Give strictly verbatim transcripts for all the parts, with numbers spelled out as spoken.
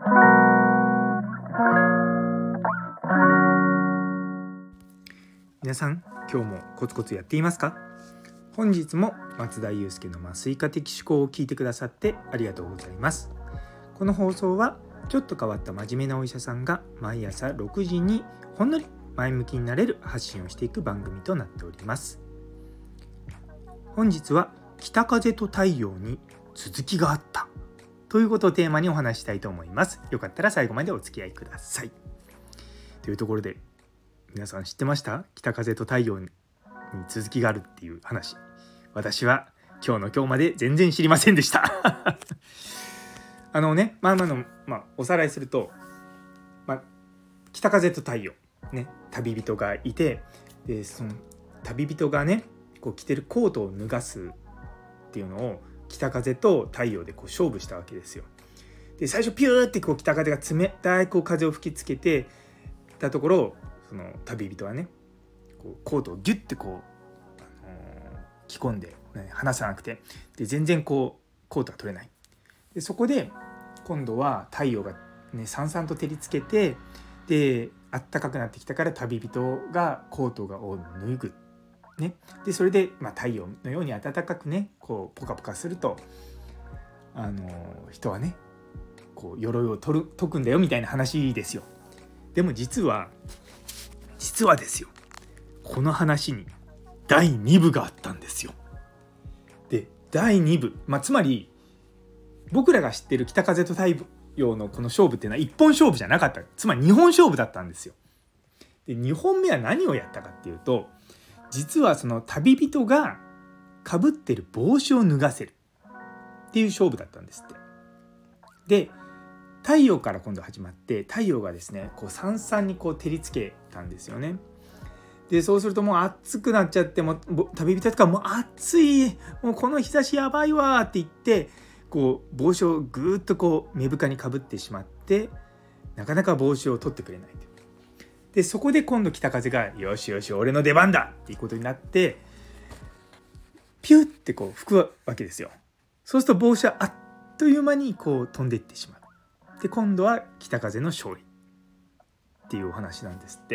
皆さん、今日もコツコツやっていますか？本日も松田祐介の麻酔科的思考を聞いてくださってありがとうございます。この放送はちょっと変わった真面目なお医者さんが毎朝ろくじにほんのり前向きになれる発信をしていく番組となっております。本日は北風と太陽に続きがあったということをテーマにお話したいと思います。よかったら最後までお付き合いください。というところで、皆さん知ってました？北風と太陽に続きがあるっていう話。私は今日の今日まで全然知りませんでしたあのね、まあまあの、まあ、おさらいすると、まあ、北風と太陽、ね、旅人がいて、でその旅人がねこう着てるコートを脱がすっていうのを北風と太陽でこう勝負したわけですよ。で最初ピューってこう北風が冷たいこう風を吹きつけてたところ、その旅人はねこうコートをギュッてこう、あのー、着込んで、ね、離さなくて、で全然こうコートは取れない。でそこで今度は太陽がねさんさんと照りつけて、で暖かくなってきたから旅人がコートを脱ぐ、ね、でそれで、まあ、太陽のように暖かくねこうポカポカすると、あのー、人はねこう鎧を取る解くんだよみたいな話ですよ。でも実は実はですよ、この話にだいにぶがあったんですよ。でだいにぶ、まあ、つまり僕らが知ってる北風と太陽のこの勝負っていうのはいっぽん勝負じゃなかった。つまりにほん勝負だったんですよ。でにほんめは何をやったかっていうと、実はその旅人がかぶってる帽子を脱がせるっていう勝負だったんですって。で太陽から今度始まって、太陽がですねこうさんさんにこう照りつけたんですよね。でそうするともう暑くなっちゃって、もう旅人とかもう暑い、もうこの日差しやばいわって言って、こう帽子をぐーっとこう目深にかぶってしまって、なかなか帽子を取ってくれないと。でそこで今度北風がよしよし俺の出番だっていうことになって、ピュッてこう吹くわけですよ。そうすると帽子はあっという間にこう飛んでいってしまう。で今度は北風の勝利っていうお話なんですって。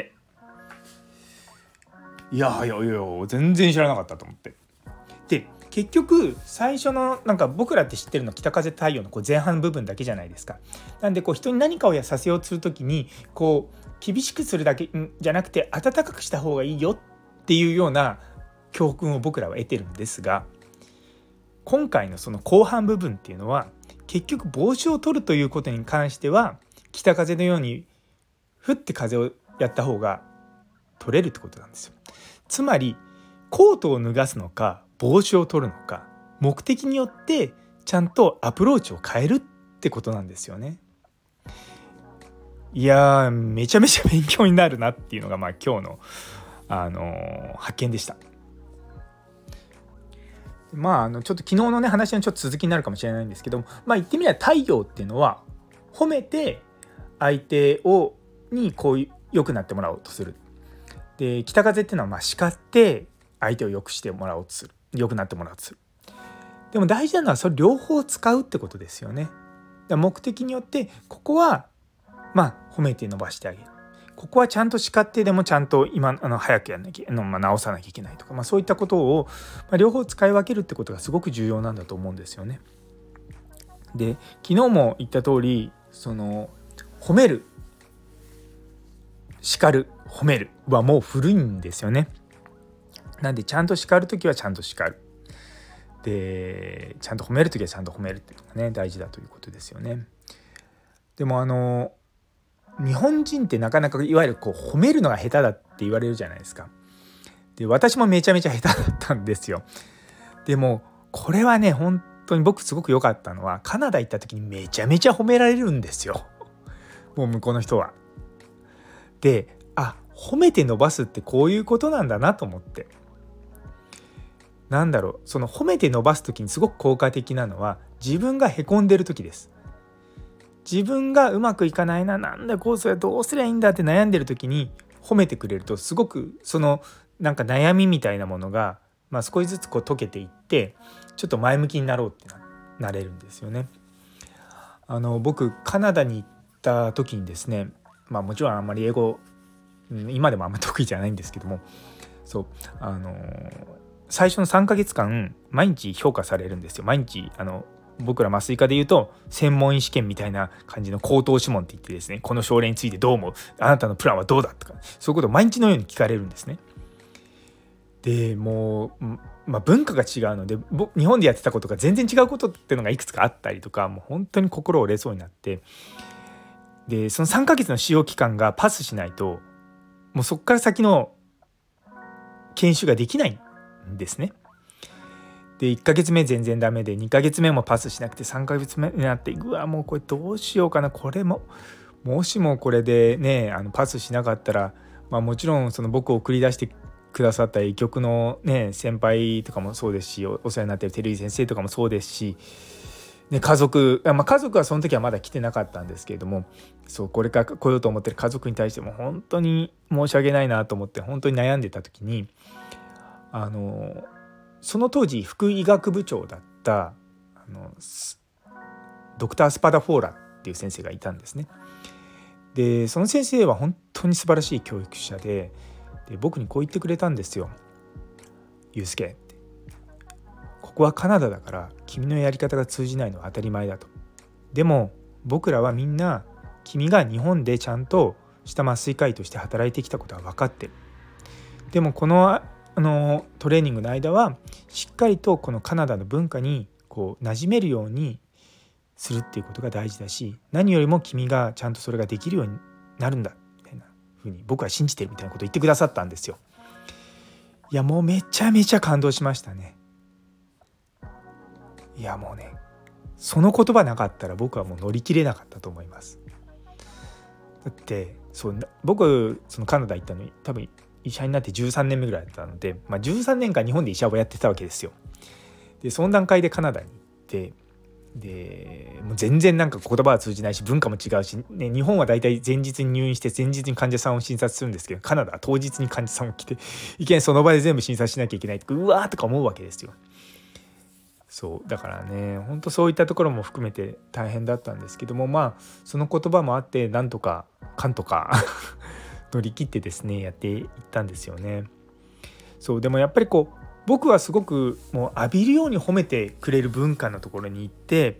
いやいやいや全然知らなかったと思って。で結局最初のなんか僕らって知ってるの北風太陽のこう前半部分だけじゃないですか。なんでこう人に何かをさせようとするときにこう厳しくするだけじゃなくて温かくした方がいいよっていうような教訓を僕らは得てるんですが、今回のその後半部分っていうのは結局帽子を取るということに関しては北風のようにふって風をやった方が取れるってことなんですよ。つまりコートを脱がすのか帽子を取るのか、目的によってちゃんとアプローチを変えるってことなんですよね。いやーめちゃめちゃ勉強になるなっていうのがまあ今日の、あのー、発見でした。まあ、あのちょっと昨日のね話のちょっと続きになるかもしれないんですけども、まあ言ってみれば太陽っていうのは褒めて相手をにこう良くなってもらおうとする。で北風っていうのはまあ叱って相手を良くしてもらおうとする、良くなってもらおうとする。でも大事なのはそれ両方使うってことですよね。目的によってここはまあ褒めて伸ばしてあげる、ここはちゃんと叱ってでもちゃんと今あの早くやんなきゃ、まあ、直さなきゃいけないとか、まあ、そういったことを、まあ、両方使い分けるってことがすごく重要なんだと思うんですよね。で昨日も言った通り、その褒める、叱る、褒めるはもう古いんですよね。なんでちゃんと叱るときはちゃんと叱る、でちゃんと褒めるときはちゃんと褒めるっていうのがね大事だということですよね。でもあの日本人ってなかなかいわゆるこう褒めるのが下手だって言われるじゃないですか。で私もめちゃめちゃ下手だったんですよ。でもこれはね本当に僕すごく良かったのは、カナダ行った時にめちゃめちゃ褒められるんですよ、もう向こうの人は。であ褒めて伸ばすってこういうことなんだなと思って、なんだろう、その褒めて伸ばす時にすごく効果的なのは自分がへこんでる時です。自分がうまくいかないな、なんだこうすればどうすりゃいいんだって悩んでる時に褒めてくれると、すごくそのなんか悩みみたいなものが、まあ、少しずつこう解けていってちょっと前向きになろうって な, なれるんですよね。あの僕カナダに行っった時にですね、まあもちろんあんまり英語今でもあんまり得意じゃないんですけども、そうあの最初のさんかげつかん毎日評価されるんですよ。毎日あの僕ら麻酔科でいうと専門医試験みたいな感じの口頭諮問って言ってですね、この症例についてどう思う、あなたのプランはどうだとか、そういうことを毎日のように聞かれるんですね。でもう、まあ、文化が違うので日本でやってたことが全然違うことっていうのがいくつかあったりとか、もう本当に心折れそうになって、でそのさんかげつの使用期間がパスしないともうそこから先の研修ができないんですね。でいっかげつめ全然ダメでにかげつめもパスしなくてさんかげつめになって、うわもうこれどうしようかな、これももしもこれでねあのパスしなかったら、まあ、もちろんその僕を送り出してくださった医局のね先輩とかもそうですし、お世話になっている照井先生とかもそうですし、ね、家族、まあ、家族はその時はまだ来てなかったんですけれども、そうこれから来ようと思ってる家族に対しても本当に申し訳ないなと思って本当に悩んでた時に、あのその当時副医学部長だったあのドクタースパダフォーラっていう先生がいたんですね。でその先生は本当に素晴らしい教育者で、で僕にこう言ってくれたんですよ。ゆうすけって、ここはカナダだから君のやり方が通じないのは当たり前だと。でも僕らはみんな君が日本でちゃんとした麻酔科医として働いてきたことは分かってる。でもこのあのトレーニングの間はしっかりとこのカナダの文化にこう馴染めるようにするっていうことが大事だし、何よりも君がちゃんとそれができるようになるんだみたいな風に僕は信じてるみたいなことを言ってくださったんですよ。いやもうめちゃめちゃ感動しましたね。いやもうねその言葉なかったら僕はもう乗り切れなかったと思います。だってそう僕そのカナダ行ったのに多分医者になってじゅうさんねんめぐらいだったので、まあ、じゅうさんねんかん日本で医者をやってたわけですよ。でその段階でカナダに行って、でもう全然なんか言葉は通じないし文化も違うし、ね、日本はだいたい前日に入院して前日に患者さんを診察するんですけど、カナダは当日に患者さんを来ていきなりその場で全部診察しなきゃいけないとか、うわーとか思うわけですよ。そうだからね本当そういったところも含めて大変だったんですけども、まあその言葉もあってなんとかかんとか乗り切ってですねやっていったんですよね。そうでもやっぱりこう僕はすごくもう浴びるように褒めてくれる文化のところに行って、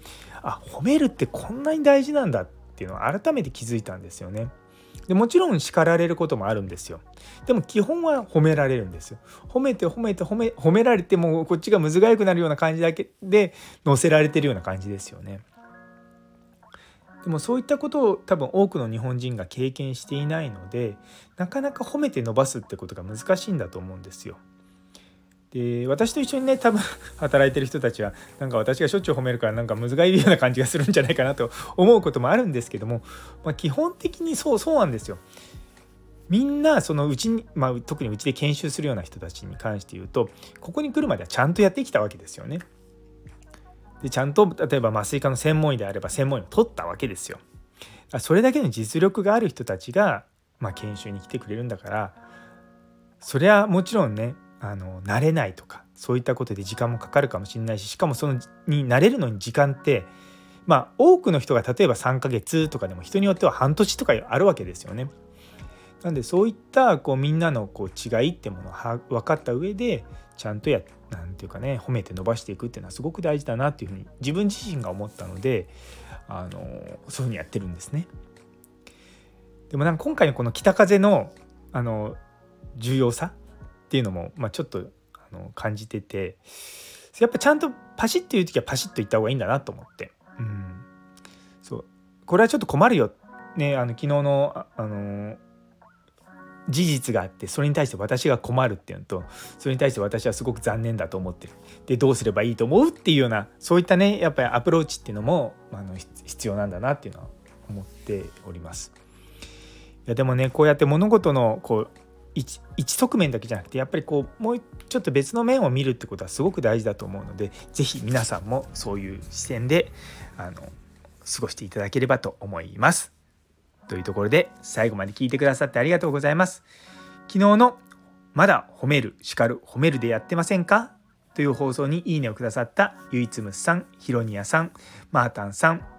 あ褒めるってこんなに大事なんだっていうのを改めて気づいたんですよね。でもちろん叱られることもあるんですよ。でも基本は褒められるんですよ。褒めて褒めて褒め褒められてもこっちがむずがゆくなるような感じだけで乗せられてるような感じですよね。でもそういったことを多分多くの日本人が経験していないので、なかなか褒めて伸ばすってことが難しいんだと思うんですよ。で私と一緒にね多分働いてる人たちはなんか私がしょっちゅう褒めるからなんかむずがいるような感じがするんじゃないかなと思うこともあるんですけども、まあ、基本的にそうそうなんですよ。みんなそのうちに、まあ、特にうちで研修するような人たちに関して言うと、ここに来るまではちゃんとやってきたわけですよね。でちゃんと例えば麻酔科の専門医であれば専門医を取ったわけですよ。それだけの実力がある人たちが、まあ、研修に来てくれるんだから、それはもちろんねあの慣れないとかそういったことで時間もかかるかもしれないし、しかもそのに慣れるのに時間ってまあ多くの人が例えばさんかげつとかでも人によっては半年とかあるわけですよね。なんでそういったこうみんなのこう違いってものを分かった上でちゃんとやなんていうかね褒めて伸ばしていくっていうのはすごく大事だなっていうふうに自分自身が思ったので、あのそういうふうにやってるんですね。でもなんか今回のこの北風のあの重要さっていうのも、まあ、ちょっとあの感じてて、やっぱちゃんとパシッという時はパシッと言った方がいいんだなと思って、うん、そうこれはちょっと困るよ、ね、あの昨日のあ、あの事実があってそれに対して私が困るっていうのと、それに対して私はすごく残念だと思ってる、でどうすればいいと思うっていうようなそういったねやっぱりアプローチっていうのもあの必要なんだなっていうのは思っております。いやでもねこうやって物事のこう 一, 一側面だけじゃなくてやっぱりこうもうちょっと別の面を見るってことはすごく大事だと思うので、ぜひ皆さんもそういう視線であの過ごしていただければと思います。というところで最後まで聞いてくださってありがとうございます。昨日のまだ褒める叱る褒めるでやってませんかという放送にいいねをくださったゆいつむさん、ひろにやさん、マータンさん、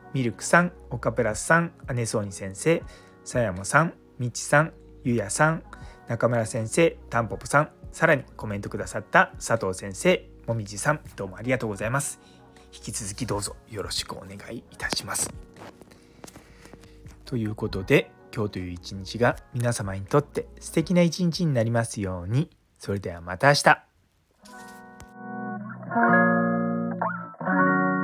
ミルクさん、オカプラスさん、アネソーニ先生、さやもさん、みちさん、ゆやさん、中村先生、たんぽぽさん、さらにコメントくださった佐藤先生、もみじさん、どうもありがとうございます。引き続きどうぞよろしくお願いいたします。ということで、今日という一日が皆様にとって素敵な一日になりますように。それではまた明日。